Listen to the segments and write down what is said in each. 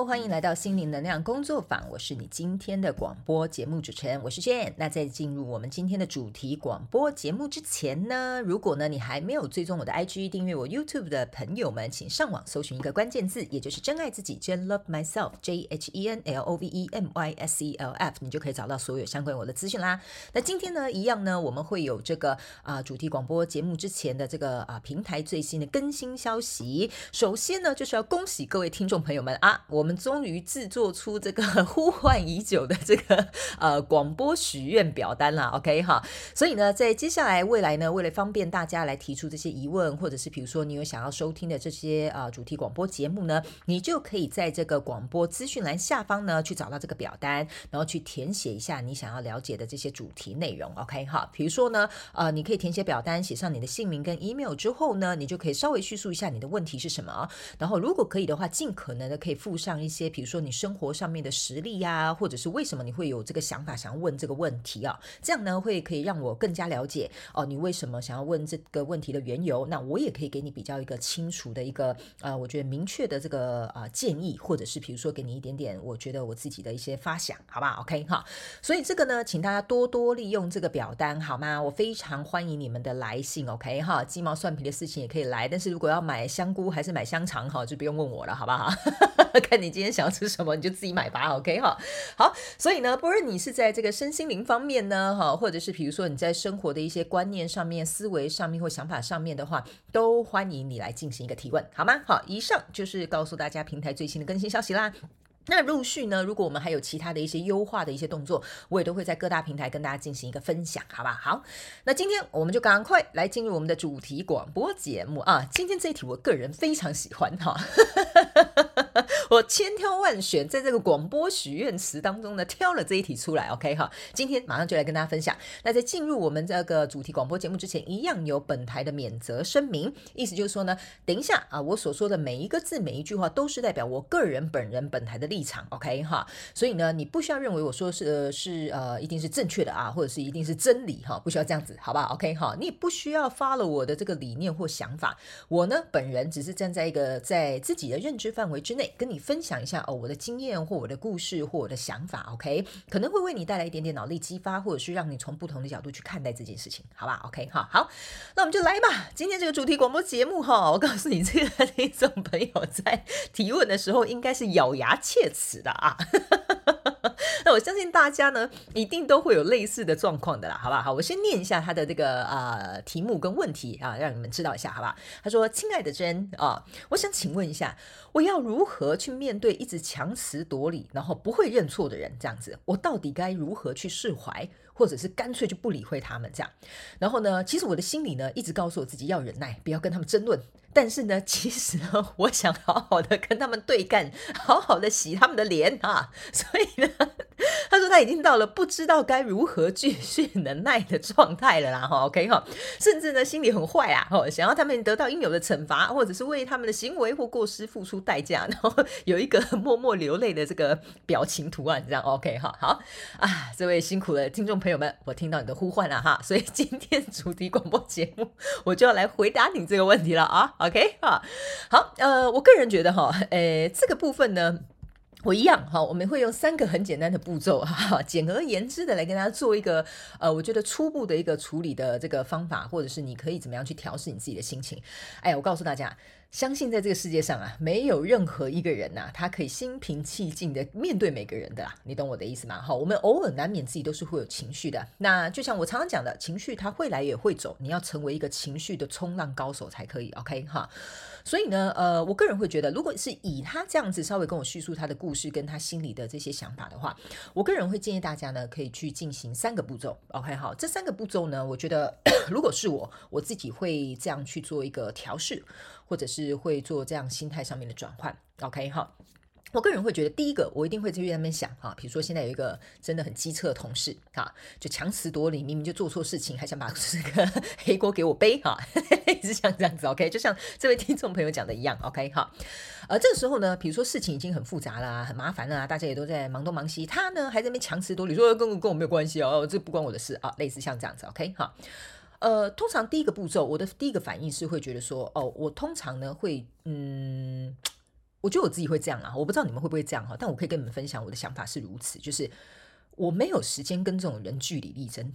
Hello， 欢迎来到心灵能量工作坊，我是你今天的广播节目主持人，我是 Jane。 那在进入我们今天的主题广播节目之前呢，如果呢你还没有追踪我的 IG 订阅我 YouTube 的朋友们，请上网搜寻一个关键字，也就是真爱自己 Jane Love Myself JHENLOVEMYSELF， 你就可以找到所有相关我的资讯啦。那今天呢一样呢，我们会有这个主题广播节目之前的这个平台最新的更新消息。首先呢就是要恭喜各位听众朋友们我们终于制作出这个呼唤已久的这个广播许愿表单啦 OK 哈。所以呢在接下来未来呢，为了方便大家来提出这些疑问，或者是比如说你有想要收听的这些主题广播节目呢，你就可以在这个广播资讯栏下方呢去找到这个表单，然后去填写一下你想要了解的这些主题内容 OK 哈。比如说呢你可以填写表单，写上你的姓名跟 email 之后呢，你就可以稍微叙述一下你的问题是什么，然后如果可以的话，尽可能的可以附上一些比如说你生活上面的实例或者是为什么你会有这个想法想要问这个问题这样呢可以让我更加了解你为什么想要问这个问题的缘由，那我也可以给你比较一个清楚的一个我觉得明确的这个建议，或者是比如说给你一点点我觉得我自己的一些发想，好不好 OK 哈。所以这个呢请大家多多利用这个表单好吗？我非常欢迎你们的来信 OK 哈。鸡毛蒜皮的事情也可以来，但是如果要买香菇还是买香肠就不用问我了好不好看你今天想要吃什么你就自己买吧 OK 哈。好，所以呢不论你是在这个身心灵方面呢或者是比如说你在生活的一些观念上面、思维上面或想法上面的话，都欢迎你来进行一个提问好吗？好，以上就是告诉大家平台最新的更新消息啦。那陆续呢，如果我们还有其他的一些优化的一些动作，我也都会在各大平台跟大家进行一个分享好吧。好，那今天我们就赶快来进入我们的主题广播节目今天这一题我个人非常喜欢我千挑万选，在这个广播许愿池当中呢挑了这一题出来 OK 哈。今天马上就来跟大家分享。那在进入我们这个主题广播节目之前，一样有本台的免责声明，意思就是说呢，等一下我所说的每一个字每一句话都是代表我个人本台的立场 OK 哈。所以呢你不需要认为我说是一定是正确的或者是一定是真理不需要这样子好不好 OK 哈。你也不需要 follow 我的这个理念或想法，我呢本人只是站在一个在自己的认知范围之内跟你分享一下我的经验或我的故事或我的想法 OK， 可能会为你带来一点点脑力激发，或者是让你从不同的角度去看待这件事情好吧 OK 哈。好，那我们就来吧。今天这个主题广播节目我告诉你，这个听众朋友在提问的时候应该是咬牙切齿的那我相信大家呢一定都会有类似的状况的啦，好不好？好，我先念一下他的这个题目跟问题让你们知道一下好不好？他说：亲爱的珍我想请问一下，我要如何去面对一直强词夺理然后不会认错的人，这样子我到底该如何去释怀，或者是干脆就不理会他们这样。然后呢其实我的心里呢一直告诉我自己要忍耐，不要跟他们争论，但是呢其实呢我想好好的跟他们对干，好好的洗他们的脸所以呢他说他已经到了不知道该如何继续忍耐的状态了啦OK 甚至呢心里很坏想要他们得到应有的惩罚，或者是为他们的行为或过失付出代价，然后有一个默默流泪的这个表情图案这样 OK 好这位辛苦的听众朋友们，我听到你的呼唤了所以今天主题广播节目我就要来回答你这个问题了OK 好我个人觉得这个部分呢我一样我们会用3个很简单的步骤简而言之的来跟大家做一个我觉得初步的一个处理的这个方法，或者是你可以怎么样去调试你自己的心情。我告诉大家，相信在这个世界上没有任何一个人他可以心平气静的面对每个人的你懂我的意思吗？我们偶尔难免自己都是会有情绪的，那就像我常常讲的，情绪它会来也会走，你要成为一个情绪的冲浪高手才可以 OK 所以呢我个人会觉得，如果是以他这样子稍微跟我叙述他的故事跟他心里的这些想法的话，我个人会建议大家呢可以去进行3个步骤 OK 好，这3个步骤呢我觉得如果是我自己会这样去做一个调试，或者是会做这样心态上面的转换 OK 好。我个人会觉得，第一个我一定会去那边想比如说现在有一个真的很机车的同事就强词夺理，明明就做错事情还想把这个黑锅给我背类似像这样子 OK， 就像这位听众朋友讲的一样 OK 这个时候呢比如说事情已经很复杂啦，很麻烦啦，大家也都在忙东忙西，他呢还在那边强词夺理说跟我没有关系这不关我的事类似像这样子 OK 通常第一个步骤，我的第一个反应是会觉得说我通常呢会我觉得我自己会这样啊，我不知道你们会不会这样哈，但我可以跟你们分享我的想法是如此，就是我没有时间跟这种人据理力争。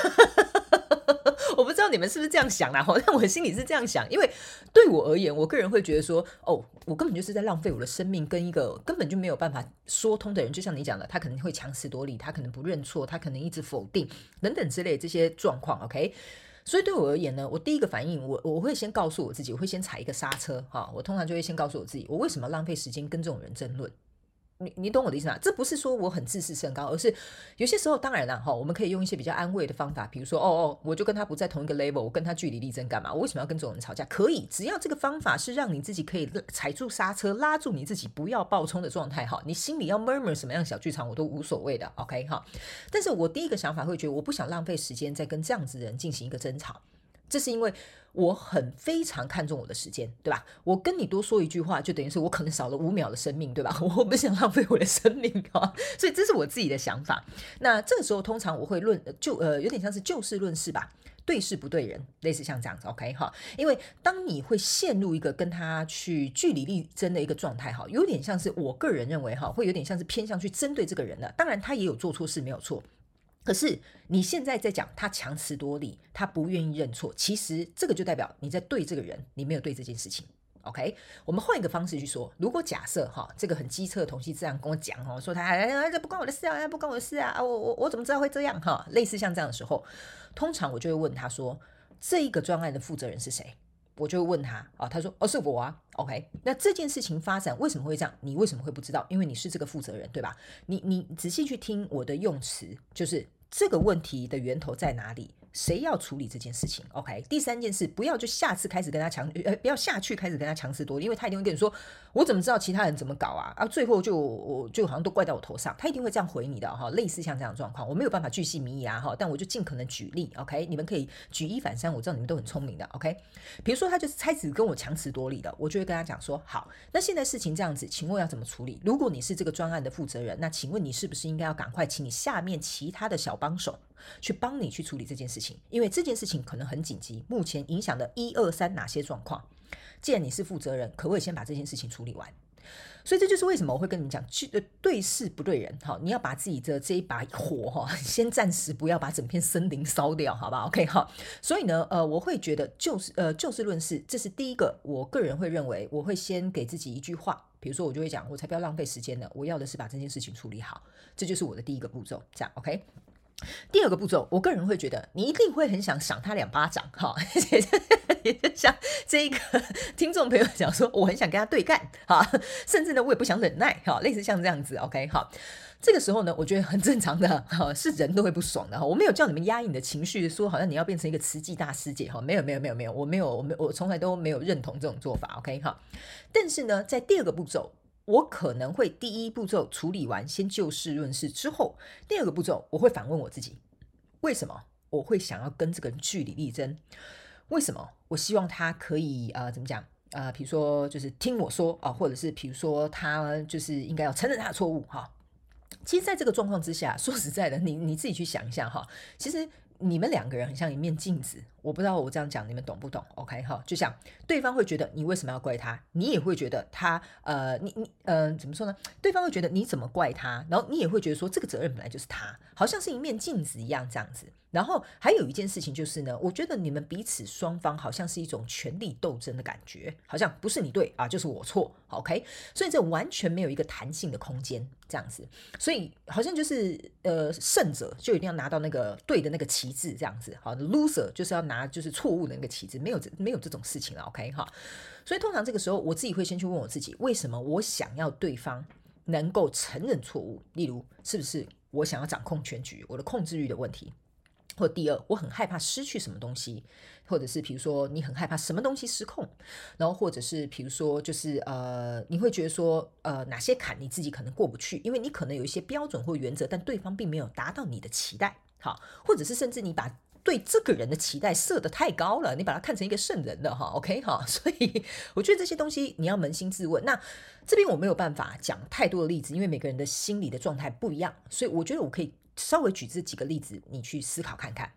我不知道你们是不是这样想啦，但我心里是这样想，因为对我而言，我个人会觉得说，我根本就是在浪费我的生命，跟一个根本就没有办法说通的人，就像你讲的，他可能会强词夺理，他可能不认错，他可能一直否定等等之类的这些状况 ，OK。所以对我而言呢，我第一个反应，我会先告诉我自己，我会先踩一个刹车哈。我通常就会先告诉我自己，我为什么要浪费时间跟这种人争论？你懂我的意思吗？这不是说我很自视甚高，而是有些时候当然啦我们可以用一些比较安慰的方法，比如说我就跟他不在同一个 level， 我跟他据理力争干嘛？我为什么要跟这种人吵架？可以，只要这个方法是让你自己可以踩住刹车，拉住你自己不要爆冲的状态哈，你心里要 murmur 什么样的小剧场我都无所谓的 OK 哈。但是我第一个想法会觉得我不想浪费时间在跟这样子的人进行一个争吵。这是因为我非常看重我的时间，对吧？我跟你多说一句话，就等于是我可能少了5秒的生命，对吧？我不想浪费我的生命所以这是我自己的想法。那这个时候通常我会有点像是就事论事吧，对事不对人，类似像这样子 OK 哈。因为当你会陷入一个跟他去据理力争的一个状态哈，有点像是我个人认为哈，会有点像是偏向去针对这个人的。当然他也有做错事，没有错。可是你现在在讲他强词夺理，他不愿意认错，其实这个就代表你在对这个人，你没有对这件事情。OK， 我们换一个方式去说，如果假设这个很机车的同事这样跟我讲说这不关我的事啊，不关我的事啊，我怎么知道会这样类似像这样的时候，通常我就会问他说，这一个专案的负责人是谁？我就会问他他说是我啊 OK， 那这件事情发展为什么会这样？你为什么会不知道？因为你是这个负责人，对吧？你仔细去听我的用词，就是这个问题的源头在哪里？谁要处理这件事情 ？OK， 第三件事，不要就下次开始跟他不要下去开始跟他强词夺理，因为他一定会跟你说，我怎么知道其他人怎么搞啊？最后就好像都怪到我头上，他一定会这样回你的类似像这样的状况，我没有办法巨细靡遗但我就尽可能举例 ，OK， 你们可以举一反三，我知道你们都很聪明的 ，OK。比如说他就是开始跟我强词夺理的，我就会跟他讲说，好，那现在事情这样子，请问要怎么处理？如果你是这个专案的负责人，那请问你是不是应该要赶快请你下面其他的小帮手去帮你去处理这件事情？因为这件事情可能很紧急，目前影响的1、2、3哪些状况？既然你是负责人，可不可以先把这件事情处理完？所以这就是为什么我会跟你们讲，对事不对人你要把自己的这一把火先暂时不要把整片森林烧掉，好吧 ？OK 所以呢，我会觉得就事论事，这是第一个，我个人会认为，我会先给自己一句话，比如说我就会讲，我才不要浪费时间呢，我要的是把这件事情处理好，这就是我的第一个步骤，这样 OK。第二个步骤，我个人会觉得你一定会很想赏他2巴掌也就像这个听众朋友讲说，我很想跟他对干甚至呢我也不想忍耐类似像这样子 OK 这个时候呢，我觉得很正常的是人都会不爽的我没有叫你们压抑你的情绪，说好像你要变成一个慈济大师姐没有，我从来都没有认同这种做法 OK 但是呢，在第二个步骤，我可能会第一步骤处理完，先就事论事之后，第二个步骤我会反问我自己，为什么我会想要跟这个人据理力争？为什么我希望他可以怎么讲比如说就是听我说或者是比如说他就是应该要承认他的错误其实在这个状况之下，说实在的，你自己去想一下其实你们2个人很像一面镜子，我不知道我这样讲你们懂不懂 OK 就像对方会觉得你为什么要怪他，你也会觉得他怎么说呢，对方会觉得你怎么怪他，然后你也会觉得说这个责任本来就是他，好像是一面镜子一样这样子。然后还有一件事情就是呢，我觉得你们彼此双方好像是一种权力斗争的感觉，好像不是你对就是我错 OK， 所以这完全没有一个弹性的空间这样子，所以好像就是胜者就一定要拿到那个对的那个旗帜这样子loser 就是要拿就是错误的那个旗帜，没有这种事情了 OK 所以通常这个时候我自己会先去问我自己，为什么我想要对方能够承认错误，例如是不是我想要掌控全局，我的控制欲的问题，或第二，我很害怕失去什么东西，或者是比如说你很害怕什么东西失控，然后或者是比如说就是你会觉得说哪些坎你自己可能过不去，因为你可能有一些标准或原则，但对方并没有达到你的期待或者是甚至你把对这个人的期待设得太高了，你把他看成一个圣人了OK 所以我觉得这些东西你要扪心自问。那这边我没有办法讲太多的例子，因为每个人的心理的状态不一样，所以我觉得我可以稍微举这几个例子，你去思考看看。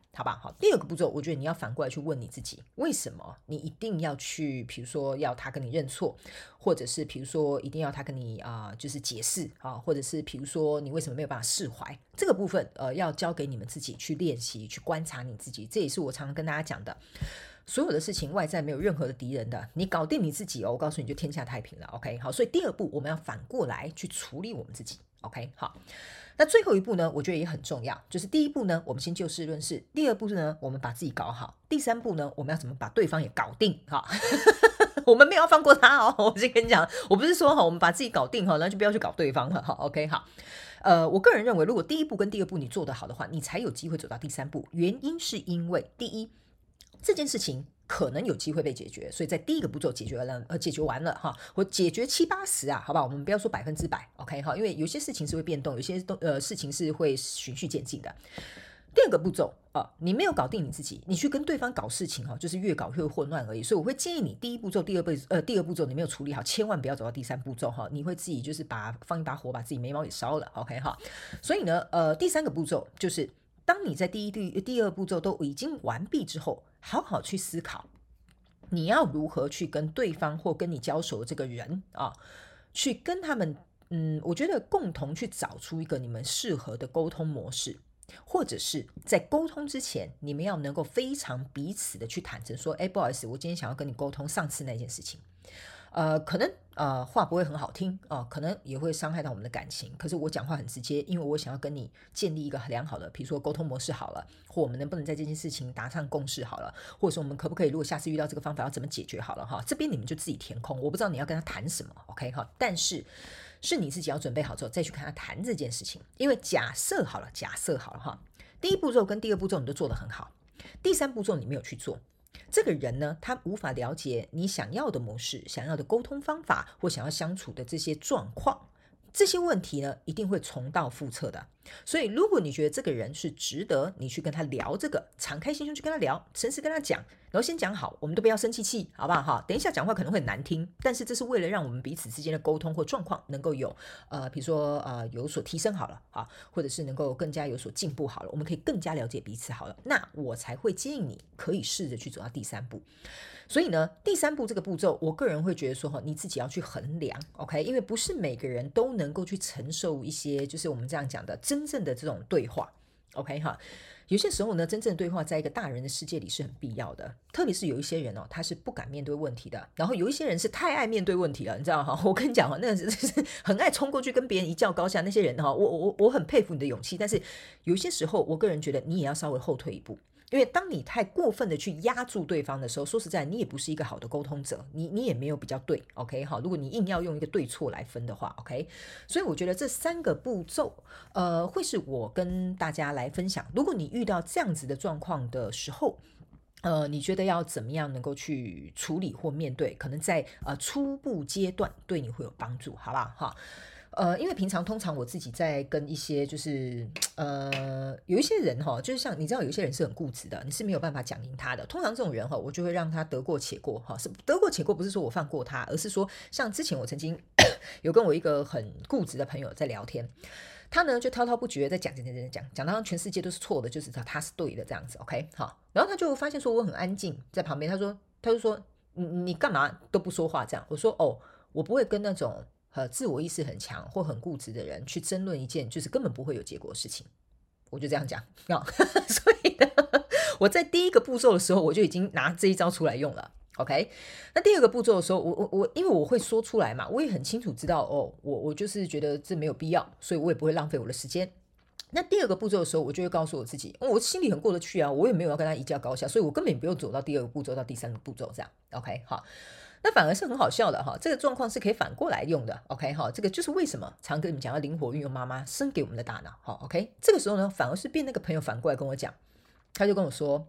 好吧？好，第二个步骤，我觉得你要反过来去问你自己，为什么你一定要去，比如说要他跟你认错，或者是比如说一定要他跟你就是解释啊，或者是比如说你为什么没有办法释怀，这个部分要交给你们自己去练习，去观察你自己，这也是我常常跟大家讲的。所有的事情外在没有任何的敌人的，你搞定你自己我告诉你就天下太平了。 OK 好，所以第二步我们要反过来去处理我们自己。 OK 好，那最后一步呢，我觉得也很重要，就是第一步呢我们先就事论事，第二步呢我们把自己搞好，第三步呢我们要怎么把对方也搞定。好我们没有要放过他我先跟你讲，我不是说我们把自己搞定那就不要去搞对方了。好 OK 好，我个人认为如果第一步跟第二步你做得好的话，你才有机会走到第三步，原因是因为第一，这件事情可能有机会被解决，所以在第一个步骤解决完了或解决70-80%好不好？我们不要说100%。 OK 因为有些事情是会变动，有些事情是会循序渐进的。第二个步骤你没有搞定你自己，你去跟对方搞事情就是越搞越混乱而已。所以我会建议你第一步骤、第二步骤你没有处理好，千万不要走到第三步骤你会自己就是放一把火把自己眉毛给烧了。 OK 所以呢第三个步骤就是当你在第二步骤都已经完毕之后，好好去思考你要如何去跟对方或跟你交手的这个人去跟他们我觉得共同去找出一个你们适合的沟通模式，或者是在沟通之前你们要能够非常彼此的去坦诚说，不好意思，我今天想要跟你沟通上次那件事情，可能话不会很好听可能也会伤害到我们的感情，可是我讲话很直接，因为我想要跟你建立一个良好的比如说沟通模式好了，或我们能不能在这件事情达上共识好了，或者说我们可不可以如果下次遇到这个方法要怎么解决好了这边你们就自己填空，我不知道你要跟他谈什么 OK 但是你自己要准备好之后再去跟他谈这件事情。因为假设好了第一步骤跟第二步骤你都做得很好，第三步骤你没有去做，这个人呢他无法了解你想要的模式、想要的沟通方法或想要相处的这些状况，这些问题呢一定会重蹈覆辙的。所以如果你觉得这个人是值得你去跟他聊这个，敞开心胸去跟他聊，诚实跟他讲，然后先讲好，我们都不要生气好不好等一下讲话可能会很难听，但是这是为了让我们彼此之间的沟通或状况能够有比如说有所提升好了或者是能够更加有所进步好了，我们可以更加了解彼此好了，那我才会建议你可以试着去走到第三步。所以呢第三步这个步骤我个人会觉得说你自己要去衡量 OK， 因为不是每个人都能够去承受一些就是我们这样讲的真正的这种对话 OK 有些时候呢真正的对话在一个大人的世界里是很必要的，特别是有一些人他是不敢面对问题的，然后有一些人是太爱面对问题了，你知道我跟你讲那是很爱冲过去跟别人一较高下，那些人我很佩服你的勇气，但是有些时候我个人觉得你也要稍微后退一步，因为当你太过分的去压住对方的时候，说实在你也不是一个好的沟通者，你也没有比较对 OK 如果你硬要用一个对错来分的话 OK， 所以我觉得这三个步骤会是我跟大家来分享，如果你遇到这样子的状况的时候你觉得要怎么样能够去处理或面对，可能在初步阶段对你会有帮助，好不好因为平常通常我自己在跟一些就是有一些人就是像你知道有一些人是很固执的，你是没有办法讲赢他的，通常这种人我就会让他得过且过是得过且过，不是说我放过他，而是说像之前我曾经有跟我一个很固执的朋友在聊天，他呢就滔滔不绝在讲到全世界都是错的，就是他是对的这样子 OK 然后他就发现说我很安静在旁边，他就说你干嘛都不说话这样，我说我不会跟那种自我意识很强或很固执的人去争论一件就是根本不会有结果的事情，我就这样讲所以呢我在第一个步骤的时候我就已经拿这一招出来用了 OK， 那第二个步骤的时候我因为我会说出来嘛，我也很清楚知道我就是觉得这没有必要，所以我也不会浪费我的时间。那第二个步骤的时候我就会告诉我自己我心里很过得去我也没有要跟他一较高下，所以我根本不用走到第二个步骤到第三个步骤这样 OK 那反而是很好笑的这个状况是可以反过来用的 OK 这个就是为什么常跟你们讲要灵活运用妈妈生给我们的大脑OK， 这个时候呢反而是变那个朋友反过来跟我讲，他就跟我说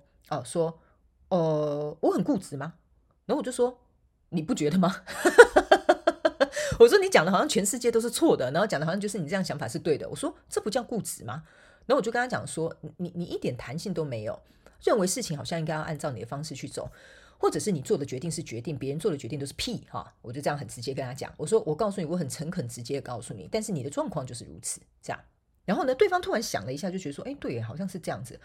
我很固执吗？然后我就说你不觉得吗我说你讲的好像全世界都是错的，然后讲的好像就是你这样想法是对的，我说这不叫固执吗？然后我就跟他讲说你一点弹性都没有，认为事情好像应该要按照你的方式去走，或者是你做的决定是决定，别人做的决定都是屁我就这样很直接跟他讲，我说我告诉你，我很诚恳直接的告诉你，但是你的状况就是如此这样。然后呢对方突然想了一下就觉得说对好像是这样子，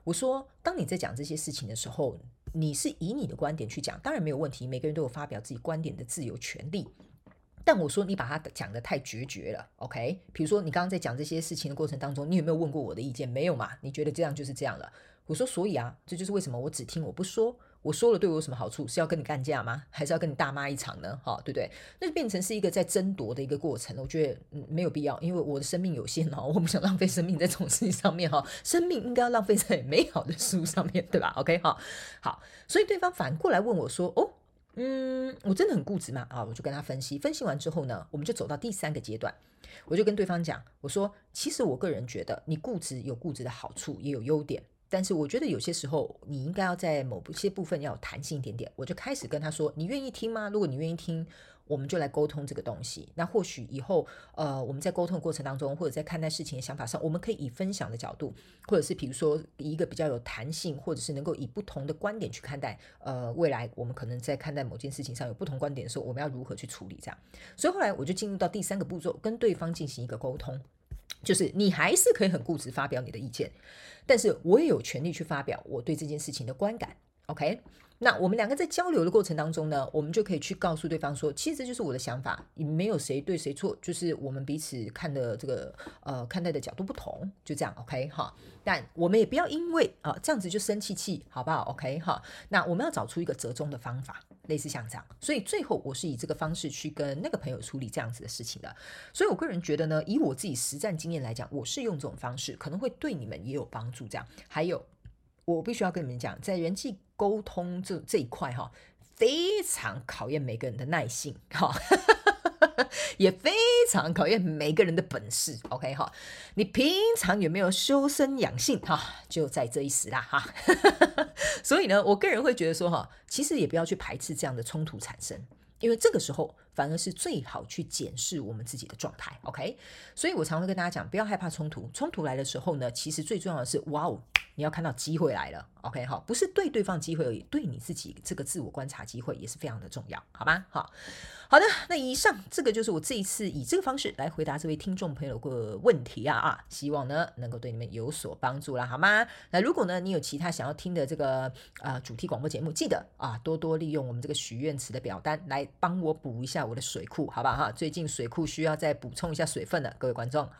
我说，当你在讲这些事情的时候，你是以你的观点去讲，当然没有问题，每个人都有发表自己观点的自由权利。但我说你把它讲得太决绝了 ，OK？ 比如说你刚刚在讲这些事情的过程当中，你有没有问过我的意见？没有嘛？你觉得这样就是这样了？我说所以啊，这就是为什么我只听我不说。我说了对我有什么好处？是要跟你干架吗？还是要跟你大骂一场呢？对不对？那就变成是一个在争夺的一个过程。我觉得没有必要，因为我的生命有限我不想浪费生命在这种事情上面生命应该要浪费在美好的事物上面，对吧 ？OK 好，所以对方反过来问我说，我真的很固执嘛？我就跟他分析完之后呢，我们就走到第3个阶段。我就跟对方讲，我说其实我个人觉得你固执有固执的好处，也有优点。但是我觉得有些时候你应该要在某些部分要有弹性一点点。我就开始跟他说，你愿意听吗？如果你愿意听，我们就来沟通这个东西。那或许以后我们在沟通的过程当中，或者在看待事情的想法上，我们可以以分享的角度，或者是比如说以一个比较有弹性，或者是能够以不同的观点去看待未来我们可能在看待某件事情上有不同观点的时候，我们要如何去处理这样。所以后来我就进入到第3个步骤，跟对方进行一个沟通。就是你还是可以很固执发表你的意见，但是我也有权利去发表我对这件事情的观感 OK。 那我们两个在交流的过程当中呢，我们就可以去告诉对方说，其实这就是我的想法，也没有谁对谁错，就是我们彼此看的这个看待的角度不同，就这样 OK 但我们也不要因为这样子就生气好不好 OK 那我们要找出一个折中的方法，类似像这样。所以最后我是以这个方式去跟那个朋友处理这样子的事情的。所以我个人觉得呢，以我自己实战经验来讲，我是用这种方式，可能会对你们也有帮助这样。还有我必须要跟你们讲，在人际沟通这一块非常考验每个人的耐性也非常考验每个人的本事 OK 你平常有没有修身养性就在这一时啦所以呢，我个人会觉得说其实也不要去排斥这样的冲突产生，因为这个时候反而是最好去检视我们自己的状态 OK。 所以我常会跟大家讲，不要害怕冲突，冲突来的时候呢，其实最重要的是你要看到机会来了 OK 不是对对方机会而已，对你自己这个自我观察机会也是非常的重要，好吗？好的，那以上这个就是我这一次以这个方式来回答这位听众朋友的问题希望呢能够对你们有所帮助啦，好吗？那如果呢你有其他想要听的这个主题广播节目，记得多多利用我们这个许愿池的表单来帮我补一下我的水库，好不好最近水库需要再补充一下水分了，各位观众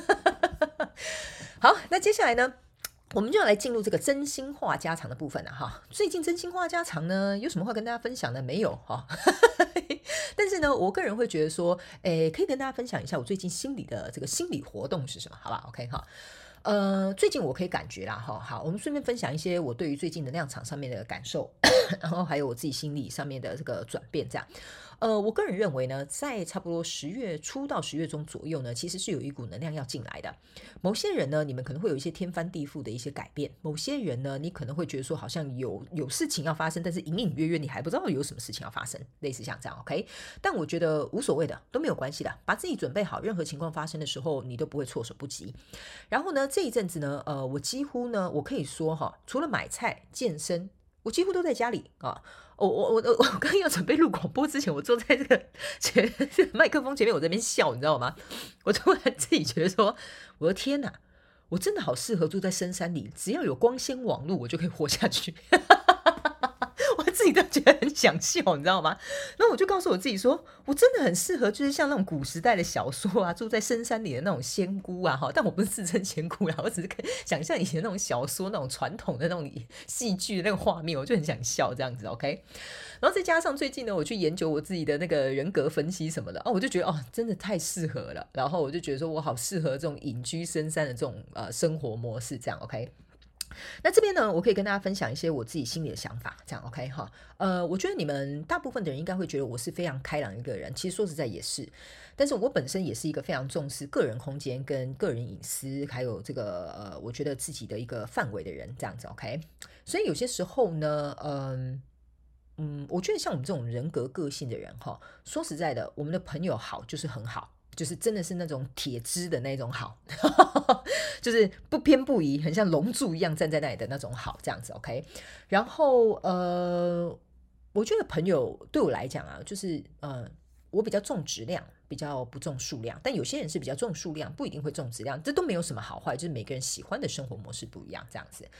好，那接下来呢，我们就要来进入这个真心话家常的部分了最近真心话家常呢，有什么话跟大家分享呢？没有但是呢，我个人会觉得说，可以跟大家分享一下我最近心理的这个心理活动是什么，好吧 OK 最近我可以感觉啦好，我们顺便分享一些我对于最近能量场上面的感受然后还有我自己心理上面的这个转变这样。我个人认为呢，在差不多10月初到10月中左右呢，其实是有一股能量要进来的。某些人呢，你们可能会有一些天翻地覆的一些改变；某些人呢，你可能会觉得说好像有事情要发生，但是隐隐约约你还不知道有什么事情要发生，类似像这样 OK。但我觉得无所谓的，都没有关系的，把自己准备好，任何情况发生的时候，你都不会措手不及。然后呢，这一阵子呢，我几乎呢，我可以说除了买菜、健身，我几乎都在家里我刚要准备录广播之前，我坐在这个麦克风前面，我在那边笑，你知道吗？我突然自己觉得说，我的天哪，我真的好适合住在深山里，只要有光纤网络，我就可以活下去。我自己都觉得很想笑，你知道吗？然后我就告诉我自己说，我真的很适合，就是像那种古时代的小说住在深山里的那种仙姑但我不是自称仙姑我只是想象以前那种小说那种传统的那种戏剧的那个画面，我就很想笑这样子 OK。然后再加上最近呢，我去研究我自己的那个人格分析什么的我就觉得真的太适合了。然后我就觉得说我好适合这种隐居深山的这种生活模式这样 OK。那这边呢，我可以跟大家分享一些我自己心里的想法，这样 OK 我觉得你们大部分的人应该会觉得我是非常开朗一个人，其实说实在也是，但是我本身也是一个非常重视个人空间跟个人隐私，还有这个我觉得自己的一个范围的人，这样子 OK。所以有些时候呢，我觉得像我们这种人格个性的人说实在的，我们的朋友好就是很好。就是真的是那种铁枝的那种好就是不偏不倚，很像龙柱一样站在那里的那种好，这样子 OK。 然后我觉得朋友对我来讲就是我比较重质量，比较不重数量，但有些人是比较重数量，不一定会重质量，这都没有什么好坏，就是每个人喜欢的生活模式不一样这样子。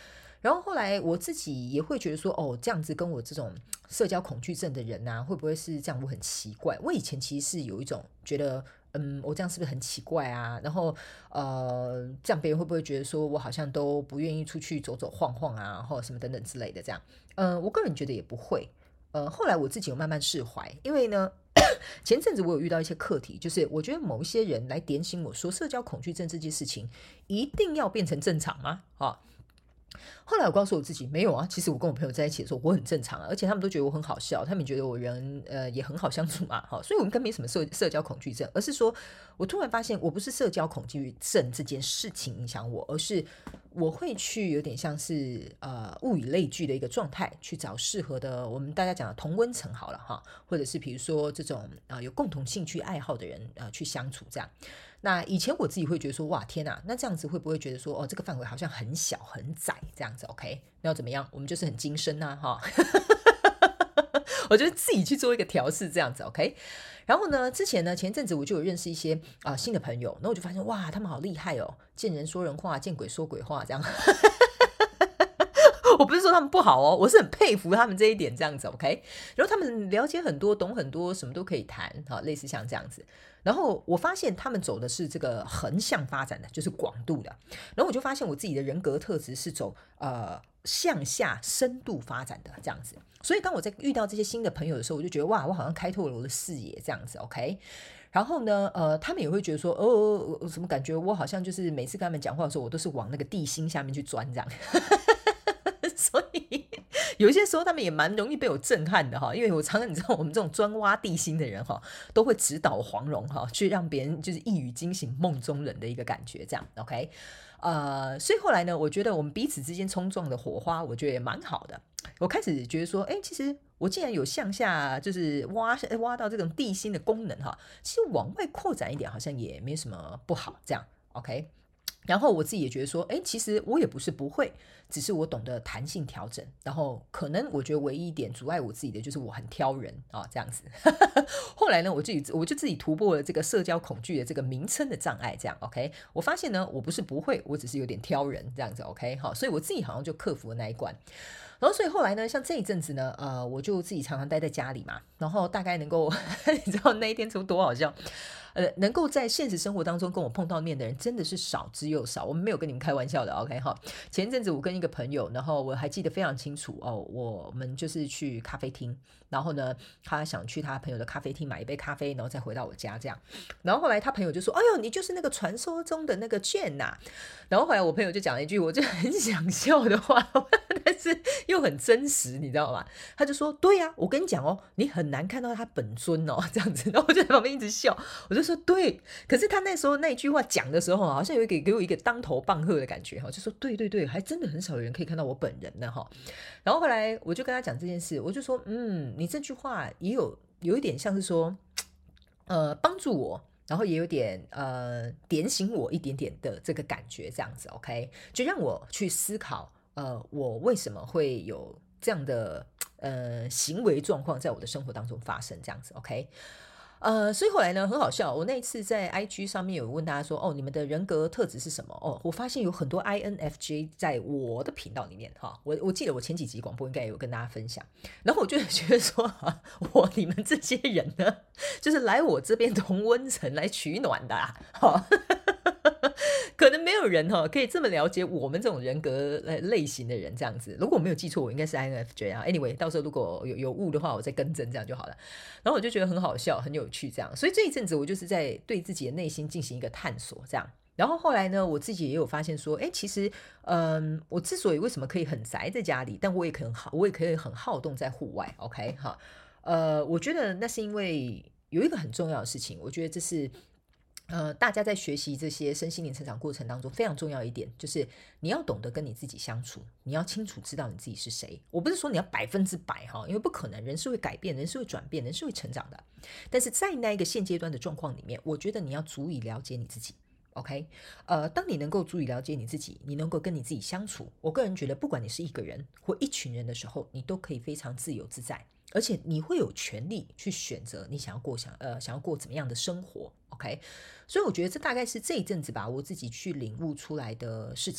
然后后来我自己也会觉得说，哦，这样子跟我这种社交恐惧症的人啊，会不会是这样？我很奇怪。我以前其实是有一种觉得，我这样是不是很奇怪啊？然后这样别人会不会觉得说我好像都不愿意出去走走晃晃啊，或者什么等等之类的这样？我个人觉得也不会。后来我自己有慢慢释怀，因为呢，前阵子我有遇到一些课题，就是我觉得某一些人来点醒我说，社交恐惧症这件事情一定要变成正常吗？后来我告诉我自己，没有啊，其实我跟我朋友在一起的时候，我很正常啊，而且他们都觉得我很好笑，他们觉得我人也很好相处嘛，所以我应该没什么社交恐惧症，而是说我突然发现，我不是社交恐惧症这件事情影响我，而是我会去有点像是物以类聚的一个状态，去找适合的我们大家讲的同温层好了哈，或者是比如说这种有共同兴趣爱好的人去相处这样。那以前我自己会觉得说，哇天哪，那这样子会不会觉得说，哦，这个范围好像很小很窄这样子 ？OK，那要怎么样？我们就是很精深啊，哈。我就自己去做一个调试这样子 ，OK。然后呢，前阵子我就有认识一些新的朋友，然后我就发现哇，他们好厉害哦，见人说人话，见鬼说鬼话这样。我不是说他们不好哦，我是很佩服他们这一点这样子 ，OK。然后他们了解很多，懂很多，什么都可以谈，类似像这样子。然后我发现他们走的是这个横向发展的，就是广度的。然后我就发现我自己的人格特质是走向下深度发展的这样子。所以当我在遇到这些新的朋友的时候，我就觉得哇，我好像开拓了我的视野这样子 ，OK。然后呢，他们也会觉得说，什么感觉？我好像就是每次跟他们讲话的时候，我都是往那个地心下面去钻这样。所以有一些时候他们也蛮容易被我震撼的哈，因为我常常你知道我们这种专挖地心的人哈，都会直捣黄龙哈，去让别人就是一语惊醒梦中人的一个感觉这样 OK。所以后来呢，我觉得我们彼此之间冲撞的火花，我觉得也蛮好的。我开始觉得说，其实我既然有向下就是挖到这种地心的功能哈，其实往外扩展一点好像也没什么不好这样 OK。然后我自己也觉得说，其实我也不是不会，只是我懂得弹性调整。然后可能我觉得唯一一点阻碍我自己的就是我很挑人啊，这样子。后来呢，我就自己突破了这个社交恐惧的这个名称的障碍，这样 OK。我发现呢，我不是不会，我只是有点挑人这样子 OK。好，所以我自己好像就克服了那一关。然后所以后来呢，像这一阵子呢，我就自己常常待在家里嘛，然后大概能够，你知道那一天多好笑。能够在现实生活当中跟我碰到面的人真的是少之又少，我们没有跟你们开玩笑的 OK 哈。前一阵子我跟一个朋友，然后我还记得非常清楚哦，我们就是去咖啡厅，然后呢他想去他朋友的咖啡厅买一杯咖啡，然后再回到我家这样。然后后来他朋友就说，哎呦你就是那个传说中的那个 Jane 啊。然后后来我朋友就讲了一句我就很想笑的话，但是又很真实你知道吗？他就说对啊，我跟你讲哦，你很难看到他本尊哦这样子。然后我就在旁边一直笑，我就说对，可是他那时候那一句话讲的时候，好像有给我一个当头棒喝的感觉，就说对对对，还真的很少有人可以看到我本人呢哈。然后后来我就跟他讲这件事，我就说你这句话也有一点像是说帮助我，然后也有点点醒我一点点的这个感觉这样子 OK， 就让我去思考我为什么会有这样的行为状况在我的生活当中发生这样子 OK。所以后来呢，很好笑。我那一次在 IG 上面有问大家说，哦，你们的人格特质是什么？哦，我发现有很多 INFJ 在我的频道里面哈。我记得我前几集广播应该也有跟大家分享。然后我就觉得说，你们这些人呢，就是来我这边同温层来取暖的啦。可能没有人可以这么了解我们这种人格类型的人这样子。如果我没有记错，我应该是 INFJ 啊。Anyway， 到时候如果有误的话，我再更正这样就好了。然后我就觉得很好笑，很有趣这样。所以这一阵子我就是在对自己的内心进行一个探索这样。然后后来呢，我自己也有发现说，其实，我之所以为什么可以很宅在家里，但我也可以很好动在户外 ，OK 哈。我觉得那是因为有一个很重要的事情，我觉得这是大家在学习这些身心灵成长过程当中非常重要一点，就是你要懂得跟你自己相处，你要清楚知道你自己是谁。我不是说你要100%哈，因为不可能，人是会改变，人是会转变，人是会成长的。但是在那一个现阶段的状况里面，我觉得你要足以了解你自己。OK，当你能够足以了解你自己，你能够跟你自己相处，我个人觉得，不管你是一个人或一群人的时候，你都可以非常自由自在，而且你会有权利去选择你想要过怎么样的生活。OK，所以我觉得这大概是这一阵子吧，我自己去领悟出来的事情。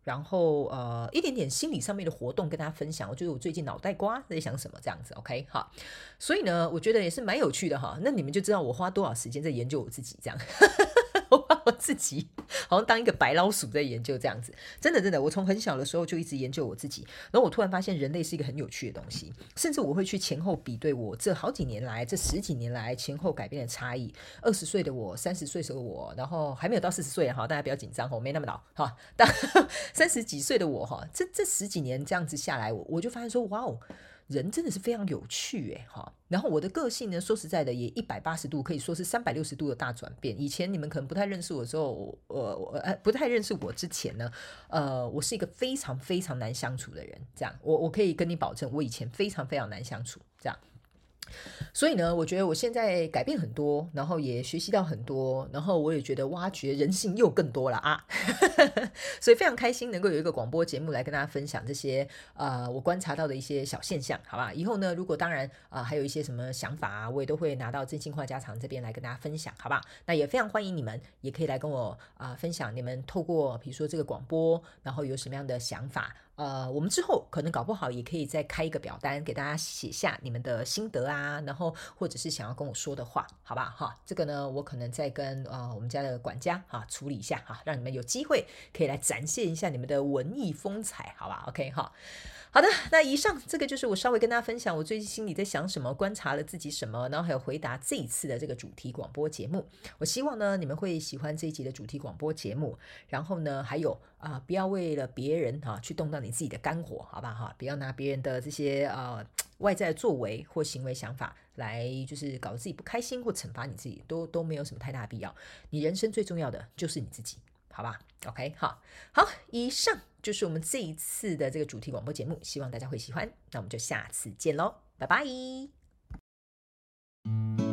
然后一点点心理上面的活动跟大家分享，我觉得我最近脑袋瓜在想什么这样子 ，OK 好，所以呢，我觉得也是蛮有趣的哈。那你们就知道我花多少时间在研究我自己这样。我把我自己好像当一个白老鼠在研究这样子，真的，我从很小的时候就一直研究我自己，然后我突然发现人类是一个很有趣的东西，甚至我会去前后比对我这好几年来、这10几年来前后改变的差异。20岁的我、30岁的我，然后还没有到40岁哈，大家不要紧张，我没那么老哈。但30几岁的我哈，这10几年这样子下来，我就发现说，哇哦。人真的是非常有趣哎哈，然后我的个性呢，说实在的也180度，可以说是360度的大转变。以前你们可能不太认识我的时候，不太认识我之前呢，我是一个非常非常难相处的人，这样我可以跟你保证，我以前非常非常难相处，这样。所以呢，我觉得我现在改变很多，然后也学习到很多，然后我也觉得挖掘人性又更多了啊，所以非常开心能够有一个广播节目来跟大家分享这些我观察到的一些小现象，好吧？以后呢，如果当然还有一些什么想法啊，我也都会拿到真心话家常这边来跟大家分享，好吧？那也非常欢迎你们，也可以来跟我分享你们透过比如说这个广播，然后有什么样的想法。我们之后可能搞不好也可以再开一个表单给大家写下你们的心得啊，然后或者是想要跟我说的话，好吧哈？这个呢，我可能再跟我们家的管家处理一下哈，让你们有机会可以来展现一下你们的文艺风采，好吧 ？OK 哈。好的，那以上这个就是我稍微跟大家分享我最近心里在想什么，观察了自己什么，然后还有回答这一次的这个主题广播节目。我希望呢你们会喜欢这一集的主题广播节目，然后呢还有不要为了别人去动到你自己的肝火，好吧哈？不要拿别人的这些外在的作为或行为想法来就是搞得自己不开心或惩罚你自己，都没有什么太大的必要。你人生最重要的就是你自己。好吧 ，OK， 好，以上就是我们这一次的这个主题广播节目，希望大家会喜欢。那我们就下次见喽，拜拜。